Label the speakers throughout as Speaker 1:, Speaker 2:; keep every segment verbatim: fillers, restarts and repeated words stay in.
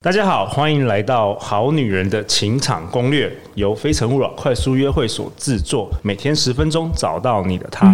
Speaker 1: 大家好，欢迎来到好女人的情场攻略，由非诚勿扰快速约会所制作，每天十分钟，找到你的他。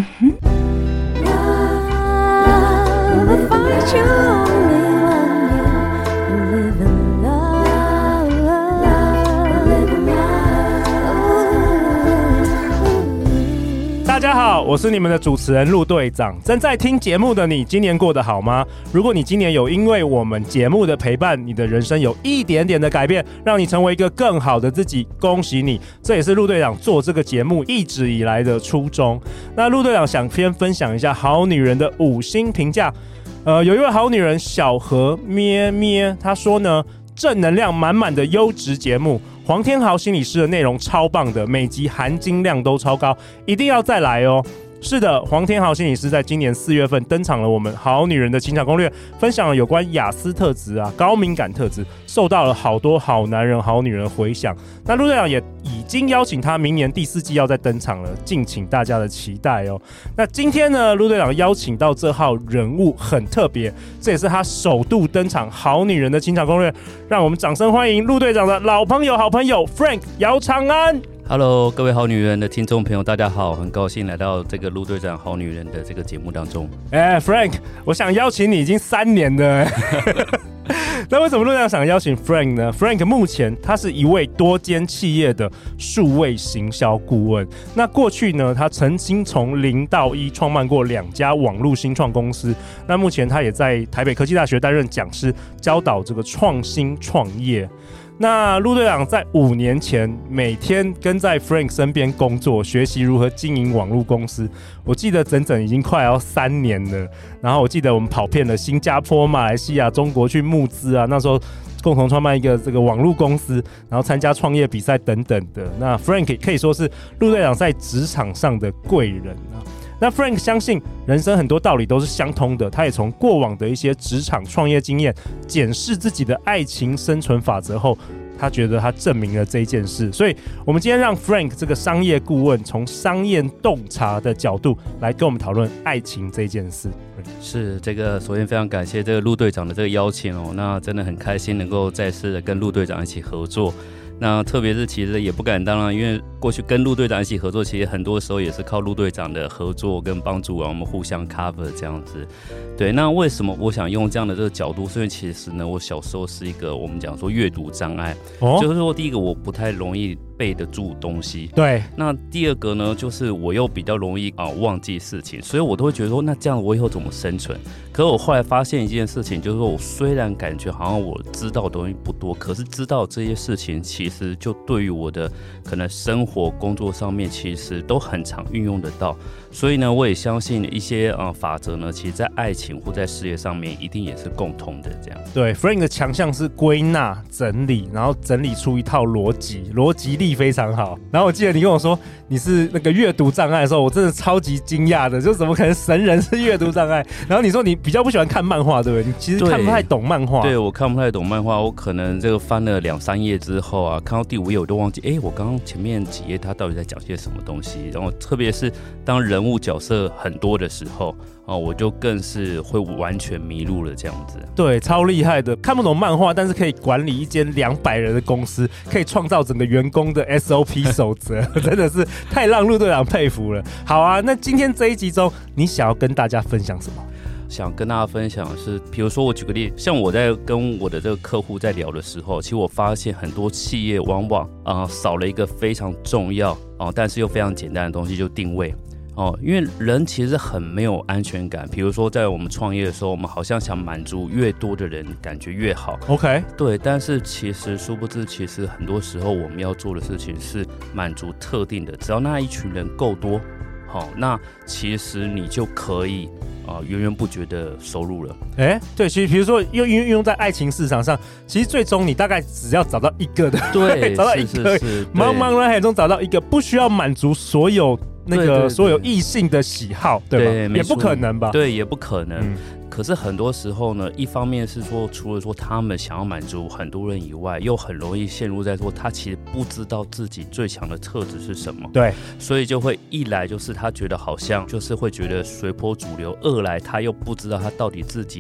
Speaker 1: 大家好，我是你们的主持人陆队长。正在听节目的你，今年过得好吗？如果你今年有因为我们节目的陪伴，你的人生有一点点的改变，让你成为一个更好的自己，恭喜你！这也是陆队长做这个节目一直以来的初衷。那陆队长想先分享一下好女人的五星评价。呃，有一位好女人小何咩咩，她说呢，正能量满满的优质节目。黄天豪心理师的内容超棒的，每集含金量都超高，一定要再来哦。是的，黄天豪心理师在今年四月份登场了我们好女人的情场攻略，分享了有关雅思特质啊、高敏感特质，受到了好多好男人好女人回响。那陆队长也已经邀请他明年第四季要再登场了，敬请大家的期待哦。那今天呢，陆队长邀请到这号人物很特别，这也是他首度登场好女人的情场攻略，让我们掌声欢迎陆队长的老朋友好朋友 Frank 姚长安。
Speaker 2: Hello， 各位好女人的听众朋友，大家好，很高兴来到这个陆队长好女人的这个节目当中。
Speaker 1: 哎、欸、，Frank， 我想邀请你已经三年了。那为什么陆队长想邀请 Frank 呢 ？Frank 目前他是一位多间企业的数位行销顾问。那过去呢，他曾经从零到一创办过两家网络新创公司。那目前他也在台北科技大学担任讲师，教导这个创新创业。那陆队长在五年前每天跟在 Frank 身边工作，学习如何经营网络公司。我记得整整已经快要三年了。然后我记得我们跑遍了新加坡、马来西亚、中国去募资啊，那时候共同创办一个这个网络公司，然后参加创业比赛等等的。那 Frank 可以说是陆队长在职场上的贵人啊。那 Frank 相信人生很多道理都是相通的，他也从过往的一些职场创业经验检视自己的爱情生存法则后，他觉得他证明了这一件事。所以我们今天让 Frank 这个商业顾问从商业洞察的角度来跟我们讨论爱情这件事。
Speaker 2: 是这个，首先非常感谢这个陆队长的这个邀请哦，那真的很开心能够再次的跟陆队长一起合作。那特别是其实也不敢当然，因为过去跟陆队长一起合作，其实很多时候也是靠陆队长的合作跟帮助啊，我们互相 cover 这样子。对，那为什么我想用这样的这个角度？因为其实呢，我小时候是一个我们讲说阅读障碍，哦、就是说第一个我不太容易背得住东西，
Speaker 1: 对。
Speaker 2: 那第二个呢，就是我又比较容易啊、呃、忘记事情，所以我都会觉得说，那这样我以后怎么生存？可是我后来发现一件事情，就是说我虽然感觉好像我知道的东西不多，可是知道这些事情，其实就对于我的可能生活、工作上面，其实都很常运用得到。所以呢，我也相信一些呃法则呢，其实在爱情或在事业上面，一定也是共通的。这样。
Speaker 1: 对 ，Frank 的强项是归纳、整理，然后整理出一套逻辑，逻辑力非常好。然后我记得你跟我说你是那个阅读障碍的时候，我真的超级惊讶的，就怎么可能神人是阅读障碍？然后你说你比较不喜欢看漫画，对不对？你其实看不太懂漫画。
Speaker 2: 对，我看不太懂漫画，我可能这个翻了两三页之后啊，看到第五页我都忘记，哎，我刚刚前面几页他到底在讲些什么东西？然后特别是当人物角色很多的时候。哦，我就更是会完全迷路了，这样子。
Speaker 1: 对，超厉害的，看不懂漫画，但是可以管理一间两百人的公司，可以创造整个员工的 S O P 守则，真的是太让陆队长佩服了。好啊，那今天这一集中，你想要跟大家分享什么？
Speaker 2: 想跟大家分享的是，比如说我举个例，像我在跟我的这个客户在聊的时候，其实我发现很多企业往往啊、呃、少了一个非常重要哦、呃，但是又非常简单的东西，就定位。哦，因为人其实很没有安全感。比如说，在我们创业的时候，我们好像想满足越多的人，感觉越好。
Speaker 1: OK，
Speaker 2: 对，但是其实殊不知，其实很多时候我们要做的事情是满足特定的，只要那一群人够多，好、哦，那其实你就可以啊、呃、源源不绝的收入了。
Speaker 1: 哎，对，其实比如说用运用在爱情市场上，其实最终你大概只要找到一个的，
Speaker 2: 对，
Speaker 1: 找到一个，茫茫人海中找到一个，不需要满足所有。那个所有异性的喜好， 对, 对吧？也不可能吧？
Speaker 2: 对，也不可能。嗯、可是很多时候呢，一方面是说，除了说他们想要满足很多人以外，又很容易陷入在说他其实不知道自己最强的特质是什么。
Speaker 1: 对，
Speaker 2: 所以就会一来就是他觉得好像就是会觉得随波逐流，二来他又不知道他到底自己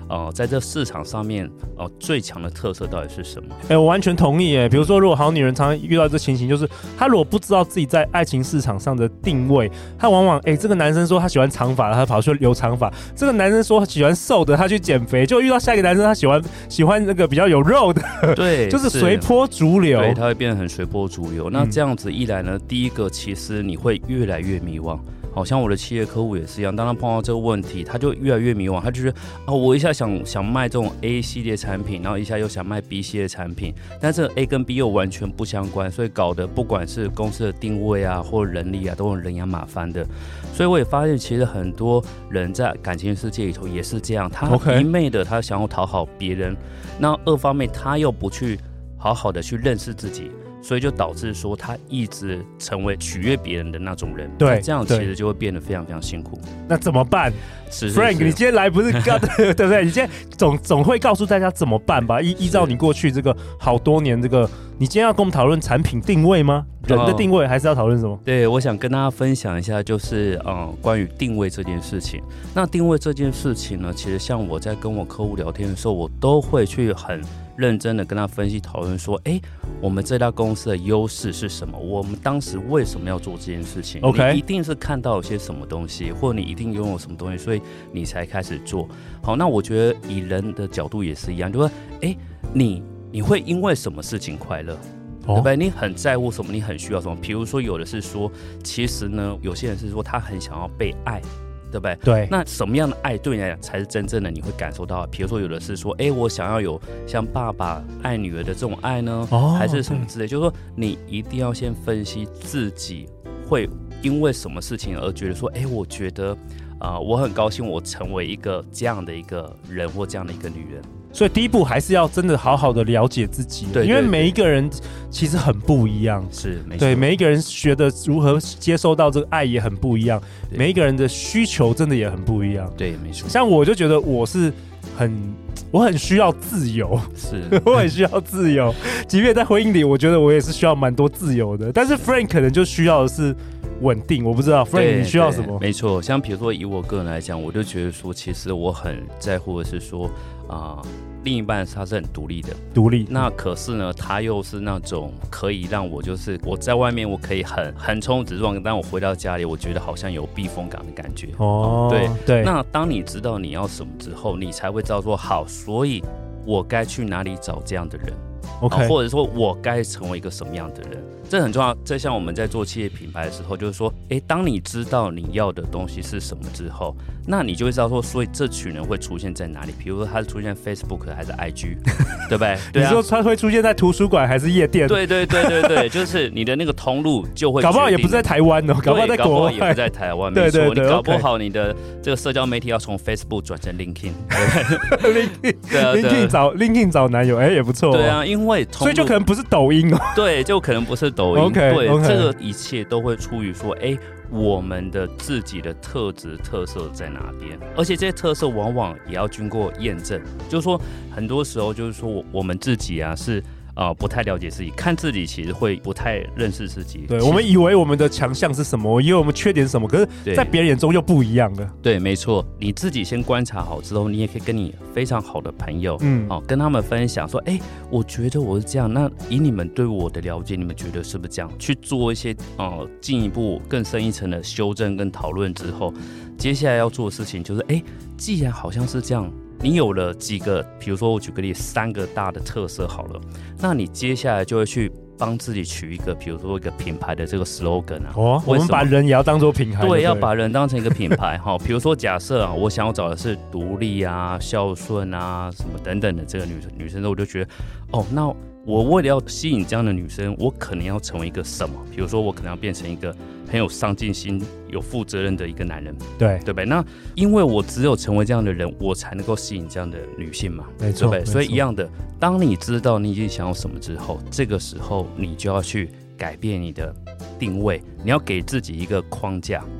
Speaker 2: 呃，在这市场上面，呃，最强的特色到底是什么？
Speaker 1: 哎、欸，我完全同意。哎，比如说，如果好女人常常遇到这情形，就是她如果不知道自己在爱情市场上的定位，她往往哎、欸，这个男生说他喜欢长发，他跑去留长发；这个男生说他喜欢瘦的，他去减肥，就遇到下一个男生，他喜欢喜欢那个比较有肉的，
Speaker 2: 对，
Speaker 1: 就是随波逐流，
Speaker 2: 对，他会变得很随波逐流。那这样子一来呢，嗯、第一个其实你会越来越迷惘。好像我的企业客户也是一样，当他碰到这个问题，他就越来越迷惘，他就觉得啊，我一下想想卖这种 A 系列产品，然后一下又想卖 B 系列产品，但这个 A 跟 B 又完全不相关，所以搞得不管是公司的定位啊，或人力啊，都很人仰马翻的。所以我也发现，其实很多人在感情世界里头也是这样，他一昧的他想要讨好别人，那二方面他又不去好好的去认识自己。所以就导致说他一直成为取悦别人的那种人，对，这样其实就会变得非常非常辛苦。
Speaker 1: 那怎么办？
Speaker 2: 是
Speaker 1: Frank， 你今天来不是对不对？你今天总总会告诉大家怎么办吧？依依照你过去这个好多年这个，你今天要跟我们讨论产品定位吗？人的定位，还是要讨论什么？
Speaker 2: 哦、对，我想跟大家分享一下，就是呃，关于定位这件事情。那定位这件事情呢，其实像我在跟我客户聊天的时候，我都会去很认真的跟他分析讨论说，哎，我们这家公司的优势是什么？我们当时为什么要做这件事情
Speaker 1: ？OK，
Speaker 2: 你一定是看到有些什么东西，或者你一定拥有什么东西，所以你才开始做。好，那我觉得以人的角度也是一样，就说，哎，你你会因为什么事情快乐？对不对？你很在乎什么？你很需要什么？比如说，有的是说，其实呢，有些人是说他很想要被爱。对不对？
Speaker 1: 对。
Speaker 2: 那什么样的爱对你来讲才是真正的你会感受到的？比如说，有的是说，哎，我想要有像爸爸爱女儿的这种爱呢，哦、还是什么之类？就是说，你一定要先分析自己会因为什么事情而觉得说，哎，我觉得啊、呃，我很高兴我成为一个这样的一个人或这样的一个女人。
Speaker 1: 所以第一步还是要真的好好的了解自己，
Speaker 2: 对，
Speaker 1: 因为每一个人其实很不一样，
Speaker 2: 是，没错，
Speaker 1: 对，每一个人学的如何接收到这个爱也很不一样，每一个人的需求真的也很不一样，
Speaker 2: 对，没错。
Speaker 1: 像我就觉得我是很，我很需要自由，
Speaker 2: 是，
Speaker 1: 我很需要自由，即便在婚姻里，我觉得我也是需要蛮多自由的，但是 Frank 可能就需要的是稳定，我不知道 Frank 你需要什么？
Speaker 2: 没错，像比如说以我个人来讲，我就觉得说，其实我很在乎的是说啊。呃另一半他是很独立的，
Speaker 1: 独立。
Speaker 2: 那可是呢，他又是那种可以让我就是我在外面我可以很横冲直撞，但我回到家里，我觉得好像有避风港的感觉。
Speaker 1: 哦，
Speaker 2: 对
Speaker 1: 对。
Speaker 2: 那当你知道你要什么之后，你才会知道说好，所以我该去哪里找这样的人。
Speaker 1: OK，
Speaker 2: 或者说我该成为一个什么样的人，这很重要。这像我们在做企业品牌的时候，就是说，哎，当你知道你要的东西是什么之后，那你就会知道说，所以这群人会出现在哪里。比如说，他是出现在 Facebook 还是 I G， 对不对？对啊，
Speaker 1: 你说他会出现在图书馆还是夜店？
Speaker 2: 对对对对对，就是你的那个通路就会，
Speaker 1: 搞不好也不是在台湾哦，搞不好在国外，
Speaker 2: 也不在台湾，没错。你搞不好你的这个社交媒体要从 Facebook 转成 LinkedIn，
Speaker 1: LinkedIn， 对啊 ，LinkedIn 找 LinkedIn 找男友，哎，也不错。
Speaker 2: 对啊，因为
Speaker 1: 所以就可能不是抖音哦，
Speaker 2: 对，就可能不是抖音。
Speaker 1: OK，
Speaker 2: 对，
Speaker 1: okay
Speaker 2: 这个一切都会出于说，哎，我们的自己的特质特色在哪边？而且这些特色往往也要经过验证，就是说，很多时候就是说，我们自己啊是。呃，不太了解自己，看自己其实会不太认识自己。
Speaker 1: 对，我们以为我们的强项是什么，以为我们缺点是什么，可是在别人眼中又不一样了。
Speaker 2: 对，没错，你自己先观察好之后，你也可以跟你非常好的朋友，嗯，哦，跟他们分享说，哎，我觉得我是这样。那以你们对我的了解，你们觉得是不是这样？去做一些呃进一步更深一层的修正跟讨论之后，接下来要做的事情就是，哎，既然好像是这样。你有了几个，比如说我举个例，三个大的特色好了，那你接下来就会去帮自己取一个，比如说一个品牌的这个 slogan 啊。
Speaker 1: 哦，我们把人也要当做品牌。
Speaker 2: 对，要把人当成一个品牌哈。比如说假设啊，我想要找的是独立啊、孝顺啊什么等等的这个女女生，我就觉得，哦，那我为了要吸引这样的女生，我可能要成为一个什么？比如说我可能要变成一个很有上进心、有负责任的一个男人，
Speaker 1: 对
Speaker 2: 对不对？那因为我只有成为这样的人，我才能够吸引这样的女性嘛，
Speaker 1: 没错，
Speaker 2: 对不对？所以一样的，当你知道你已经想要什么之后，这个时候你就要去改变你的定位，你要给自己一个框架。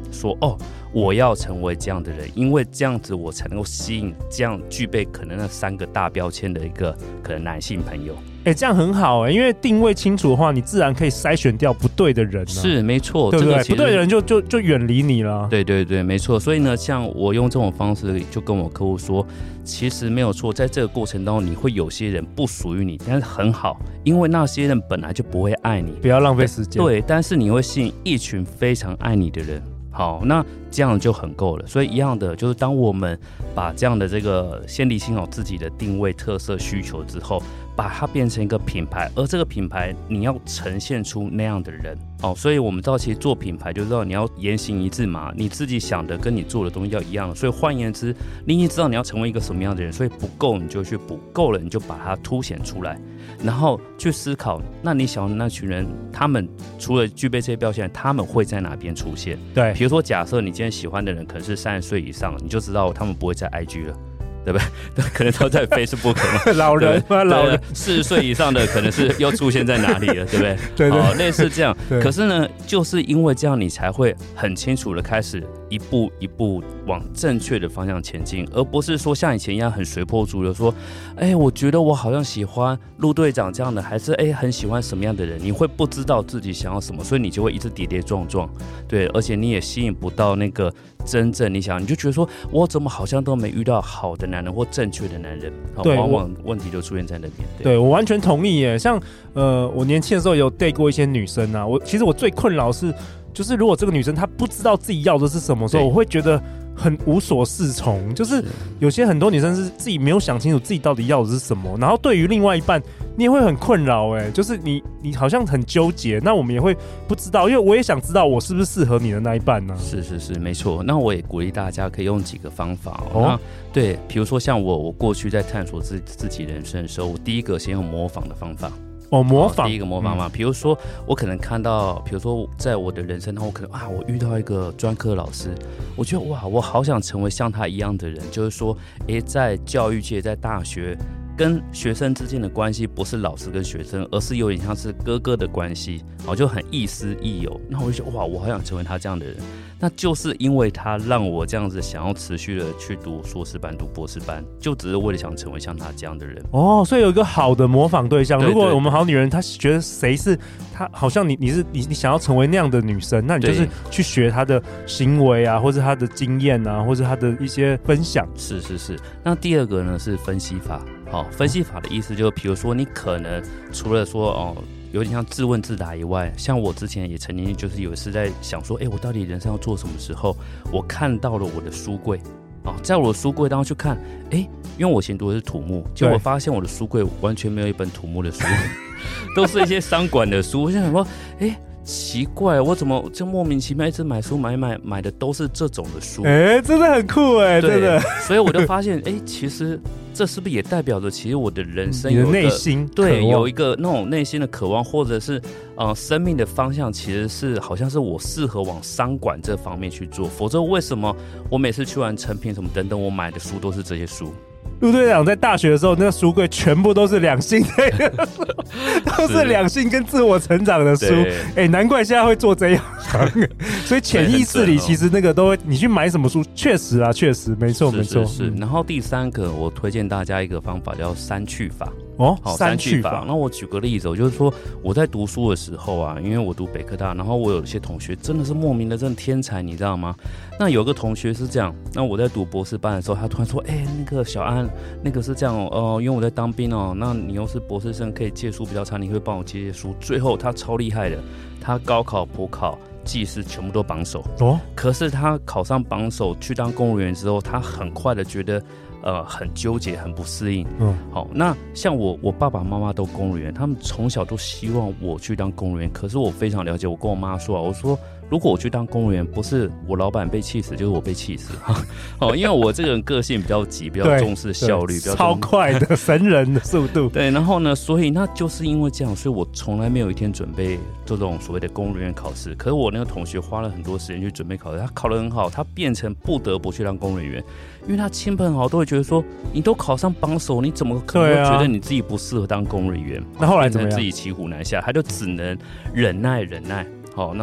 Speaker 2: 说哦，我要成为这样的人，因为这样子我才能够吸引这样具备可能那三个大标签的一个可能男性朋友。
Speaker 1: 哎、欸，这样很好哎、欸，因为定位清楚的话，你自然可以筛选掉不对的人、啊。
Speaker 2: 是没错，
Speaker 1: 对不对？
Speaker 2: 这个、
Speaker 1: 不对的人就就就远离你了。
Speaker 2: 对对对，没错。所以呢，像我用这种方式就跟我客户说，其实没有错，在这个过程当中，你会有些人不属于你，但是很好，因为那些人本来就不会爱你，
Speaker 1: 不要浪费时间。
Speaker 2: 对，但是你会吸引一群非常爱你的人。好，那这样就很够了。所以一样的，就是当我们把这样的这个先理清好自己的定位、特色、需求之后，把它变成一个品牌，而这个品牌你要呈现出那样的人。哦，所以我们知道，其实做品牌就知道你要言行一致嘛，你自己想的跟你做的东西要一样。所以换言之，你已经知道你要成为一个什么样的人，所以不够你就去补，够了你就把它凸显出来，然后去思考，那你想的那群人，他们除了具备这些标签，他们会在哪边出现？
Speaker 1: 对，
Speaker 2: 比如说，假设你今天喜欢的人可能是三十岁以上，你就知道他们不会在 I G 了。对不对？可能都在 Facebook 嘛。
Speaker 1: 老人嘛，老人
Speaker 2: 四十岁以上的可能是又出现在哪里了，对不对？
Speaker 1: 对对、
Speaker 2: 哦，类似这样。可是呢，就是因为这样，你才会很清楚的开始一步一步往正确的方向前进，而不是说像以前一样很随波逐流，说，哎，我觉得我好像喜欢陆队长这样的，还是哎很喜欢什么样的人？你会不知道自己想要什么，所以你就会一直跌跌撞撞，对，而且你也吸引不到那个真正你想，你就觉得说，我怎么好像都没遇到好的男人或正确的男人，
Speaker 1: 对，
Speaker 2: 往往问题就出现在那边。
Speaker 1: 对，对我完全同意耶。像呃，我年轻的时候有 date 过一些女生啊，我其实我最困扰是，就是如果这个女生她不知道自己要的是什么时候，我会觉得很无所适从。就是有些很多女生是自己没有想清楚自己到底要的是什么，然后对于另外一半，你也会很困扰哎，就是你你好像很纠结，那我们也会不知道，因为我也想知道我是不是适合你的那一半呢、啊？
Speaker 2: 是是是，没错。那我也鼓励大家可以用几个方法哦。
Speaker 1: 哦
Speaker 2: 那对，比如说像我，我过去在探索自自己人生的时候，我第一个先用模仿的方法。
Speaker 1: 哦，模仿，
Speaker 2: 第一个模仿嘛，嗯、比如说我可能看到，比如说在我的人生当中，我可能啊，我遇到一个专科老师，我觉得哇，我好想成为像他一样的人，就是说，哎，在教育界，在大学。跟学生之间的关系不是老师跟学生，而是有点像是哥哥的关系，哦，就很亦师亦友。那我就觉得哇，我好想成为他这样的人。那就是因为他让我这样子想要持续的去读硕士班、读博士班，就只是为了想成为像他这样的人。
Speaker 1: 哦，所以有一个好的模仿对象。
Speaker 2: 对对对，
Speaker 1: 如果我们好女人，她觉得谁是她，好像你你是你你想要成为那样的女生，那你就是去学她的行为啊，或是她的经验啊，或是她的一些分享。
Speaker 2: 是是是。那第二个呢是分析法。好，分析法的意思就是，比如说你可能除了说哦，有点像自问自答以外，像我之前也曾经就是有一次在想说，哎，我到底人生要做什么时候，我看到了我的书柜，啊，在我的书柜当中去看，哎，因为我以前读的是土木，结果我发现我的书柜完全没有一本土木的书，都是一些商管的书，我就想说，哎。奇怪，我怎么就莫名其妙一直买书买买买的都是这种的书？
Speaker 1: 哎、欸，真的很酷哎、欸，真的。
Speaker 2: 所以我就发现，哎、欸，其实这是不是也代表着，其实我的人生有
Speaker 1: 你的内心
Speaker 2: 对有一个那种内心的渴望，或者是呃生命的方向，其实是好像是我适合往商管这方面去做。否则为什么我每次去完成品什么等等，我买的书都是这些书？
Speaker 1: 陆队长在大学的时候，那个书柜全部都是两性类的书，都是两性跟自我成长的书。哎、欸，难怪现在会做这样。所以潜意识里其实那个都会，你去买什么书，确实啊，确实没错没错。
Speaker 2: 是是是。然后第三个，我推荐大家一个方法叫删去法。
Speaker 1: 哦，
Speaker 2: 好，
Speaker 1: 删去法。
Speaker 2: 那我举个例子，我就是说我在读书的时候啊，因为我读北科大，然后我有一些同学真的是莫名的真的天才，你知道吗？那有个同学是这样，那我在读博士班的时候，他突然说，哎、欸，那个小安，那个是这样哦、呃，因为我在当兵哦，那你又是博士生，可以借书比较差，你会帮我借借书。最后他超厉害的，他高考、普考、技师全部都榜首哦。可是他考上榜首去当公务员之后，他很快的觉得。呃，很纠结，很不适应。嗯，好，那像我，我爸爸妈妈都公务员，他们从小都希望我去当公务员。可是我非常了解，我跟我妈说啊，我说如果我去当公务员，不是我老板被气死，就是我被气死。哦，因为我这个人个性比较急，比较重视效率，比较
Speaker 1: 超快的神人的速度。
Speaker 2: 对，然后呢，所以那就是因为这样，所以我从来没有一天准备这种所谓的公务员考试。可是我那个同学花了很多时间去准备考试，他考得很好，他变成不得不去当公务员。因为他亲朋好友都会觉得说，你都考上榜首，你怎么可能会觉得你自己不适合当公务员？
Speaker 1: 那后来怎么样？
Speaker 2: 自己骑虎难下，他就只能忍耐忍耐。好，那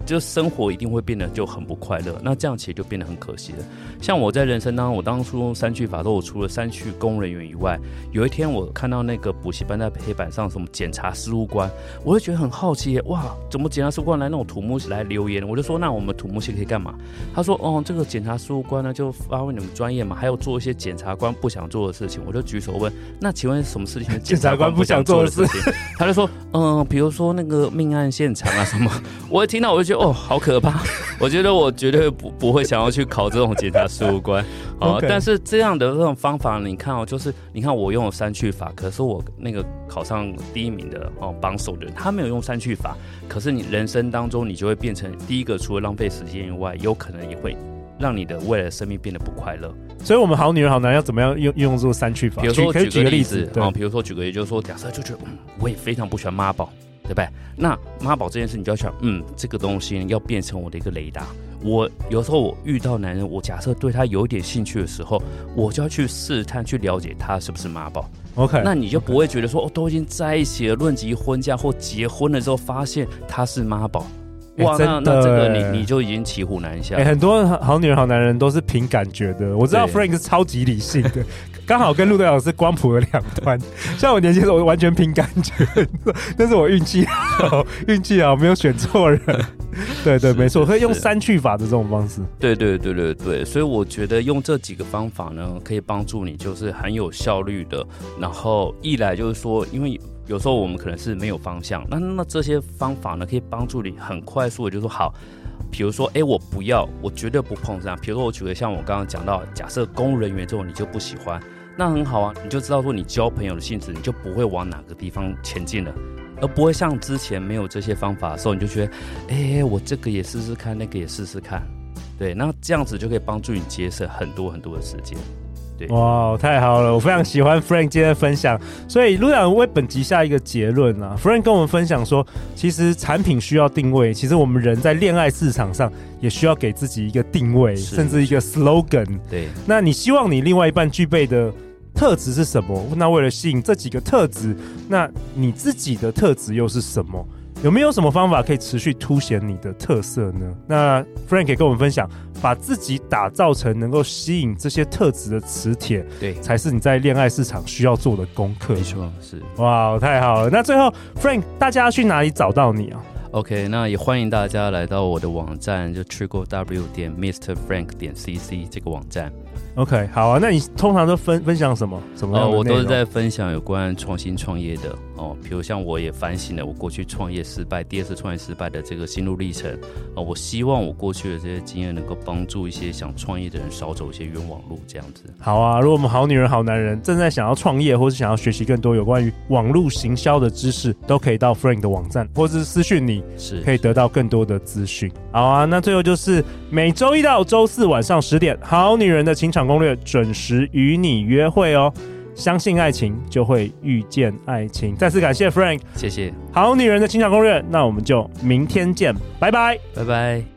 Speaker 2: 就生活一定会变得就很不快乐，那这样其实就变得很可惜了。像我在人生当中，我当初用删去法，我除了删去公务人员以外，有一天我看到那个补习班在黑板上什么检察事务官，我就觉得很好奇耶，哇，怎么检察事务官来那种土木系来留言？我就说，那我们土木系可以干嘛？他说，哦，这个检察事务官呢，就发挥你们专业嘛，还有做一些检察官不想做的事情。我就举手问，那请问什么事情检察官不想做的事情？他就说，嗯、呃，比如说那个命案现场啊什么。我一听到我就觉得，哦，好可怕！我觉得我绝对不不会想要去考这种检察事务官。哦， okay. 但是这样的这种方法，你看哦，就是你看我用了删去法，可是我那个考上第一名的哦榜首的人，他没有用删去法，可是你人生当中你就会变成第一个，除了浪费时间以外，有可能也会让你的未来的生命变得不快乐。
Speaker 1: 所以，我们好女人好男人要怎么样用用这个删去法？
Speaker 2: 比如说，举
Speaker 1: 举
Speaker 2: 个例子啊，比如说举个例子，就是说，假设就觉得，嗯，我也非常不喜欢妈宝。对不对？那妈宝这件事，你就要想，嗯，这个东西要变成我的一个雷达。我有时候我遇到男人，我假设对他有一点兴趣的时候，我就要去试探、去了解他是不是妈宝。
Speaker 1: OK，
Speaker 2: 那你就不会觉得说，哦，都已经在一起了，论及婚嫁或结婚了之后，发现他是妈宝。哇，欸、那那这个你你就已经骑虎难下。
Speaker 1: 欸、很多好女人好男人都是凭感觉的。我知道 Frank 是超级理性的，刚好跟陆队长是光谱的两端。像我年轻的时候，我完全凭感觉，但是我运气好，运气好，没有选错人。对对，没错，可以用删去法的这种方式。
Speaker 2: 对对对对对，所以我觉得用这几个方法呢，可以帮助你，就是很有效率的。然后一来就是说，因为有时候我们可能是没有方向，那那这些方法呢，可以帮助你很快速的，就是说好，比如说，哎，我不要，我绝对不碰这样。比如说，我举个像我刚刚讲到，假设公务人员这种你就不喜欢，那很好啊，你就知道说你交朋友的性质，你就不会往哪个地方前进了，而不会像之前没有这些方法的时候，你就觉得，哎，我这个也试试看，那个也试试看，对，那这样子就可以帮助你节省很多很多的时间。
Speaker 1: 哇，太好了！我非常喜欢 Frank 今天的分享，所以陆队长为本集下一个结论啊。Frank 跟我们分享说，其实产品需要定位，其实我们人在恋爱市场上也需要给自己一个定位，甚至一个 slogan。
Speaker 2: 对，
Speaker 1: 那你希望你另外一半具备的特质是什么？那为了吸引这几个特质，那你自己的特质又是什么？有没有什么方法可以持续凸显你的特色呢？那 Frank 可以跟我们分享，把自己打造成能够吸引这些特质的磁铁，
Speaker 2: 对，
Speaker 1: 才是你在恋爱市场需要做的功课。
Speaker 2: 没错，是。
Speaker 1: 哇，太好了！那最后 Frank， 大家要去哪里找到你啊
Speaker 2: ？OK， 那也欢迎大家来到我的网站，就 triple w 点 mister frank 点 c c 这个网站。
Speaker 1: OK， 好啊。那你通常都分分享什么？什么样的内容？
Speaker 2: 呃，我都是在分享有关创新创业的哦，比如像我也反省了我过去创业失败、第二次创业失败的这个心路历程哦。我希望我过去的这些经验能够帮助一些想创业的人少走一些冤枉路，这样子。
Speaker 1: 好啊，如果我们好女人、好男人正在想要创业，或是想要学习更多有关于网络行销的知识，都可以到 Frank 的网站，或是私讯你，
Speaker 2: 是
Speaker 1: 可以得到更多的资讯。好啊，那最后就是每周一到周四晚上十点，好女人的情场攻略准时与你约会哦。相信爱情，就会遇见爱情。再次感谢 Frank，
Speaker 2: 谢谢。
Speaker 1: 好女人的情场攻略，那我们就明天见，拜拜，
Speaker 2: 拜拜。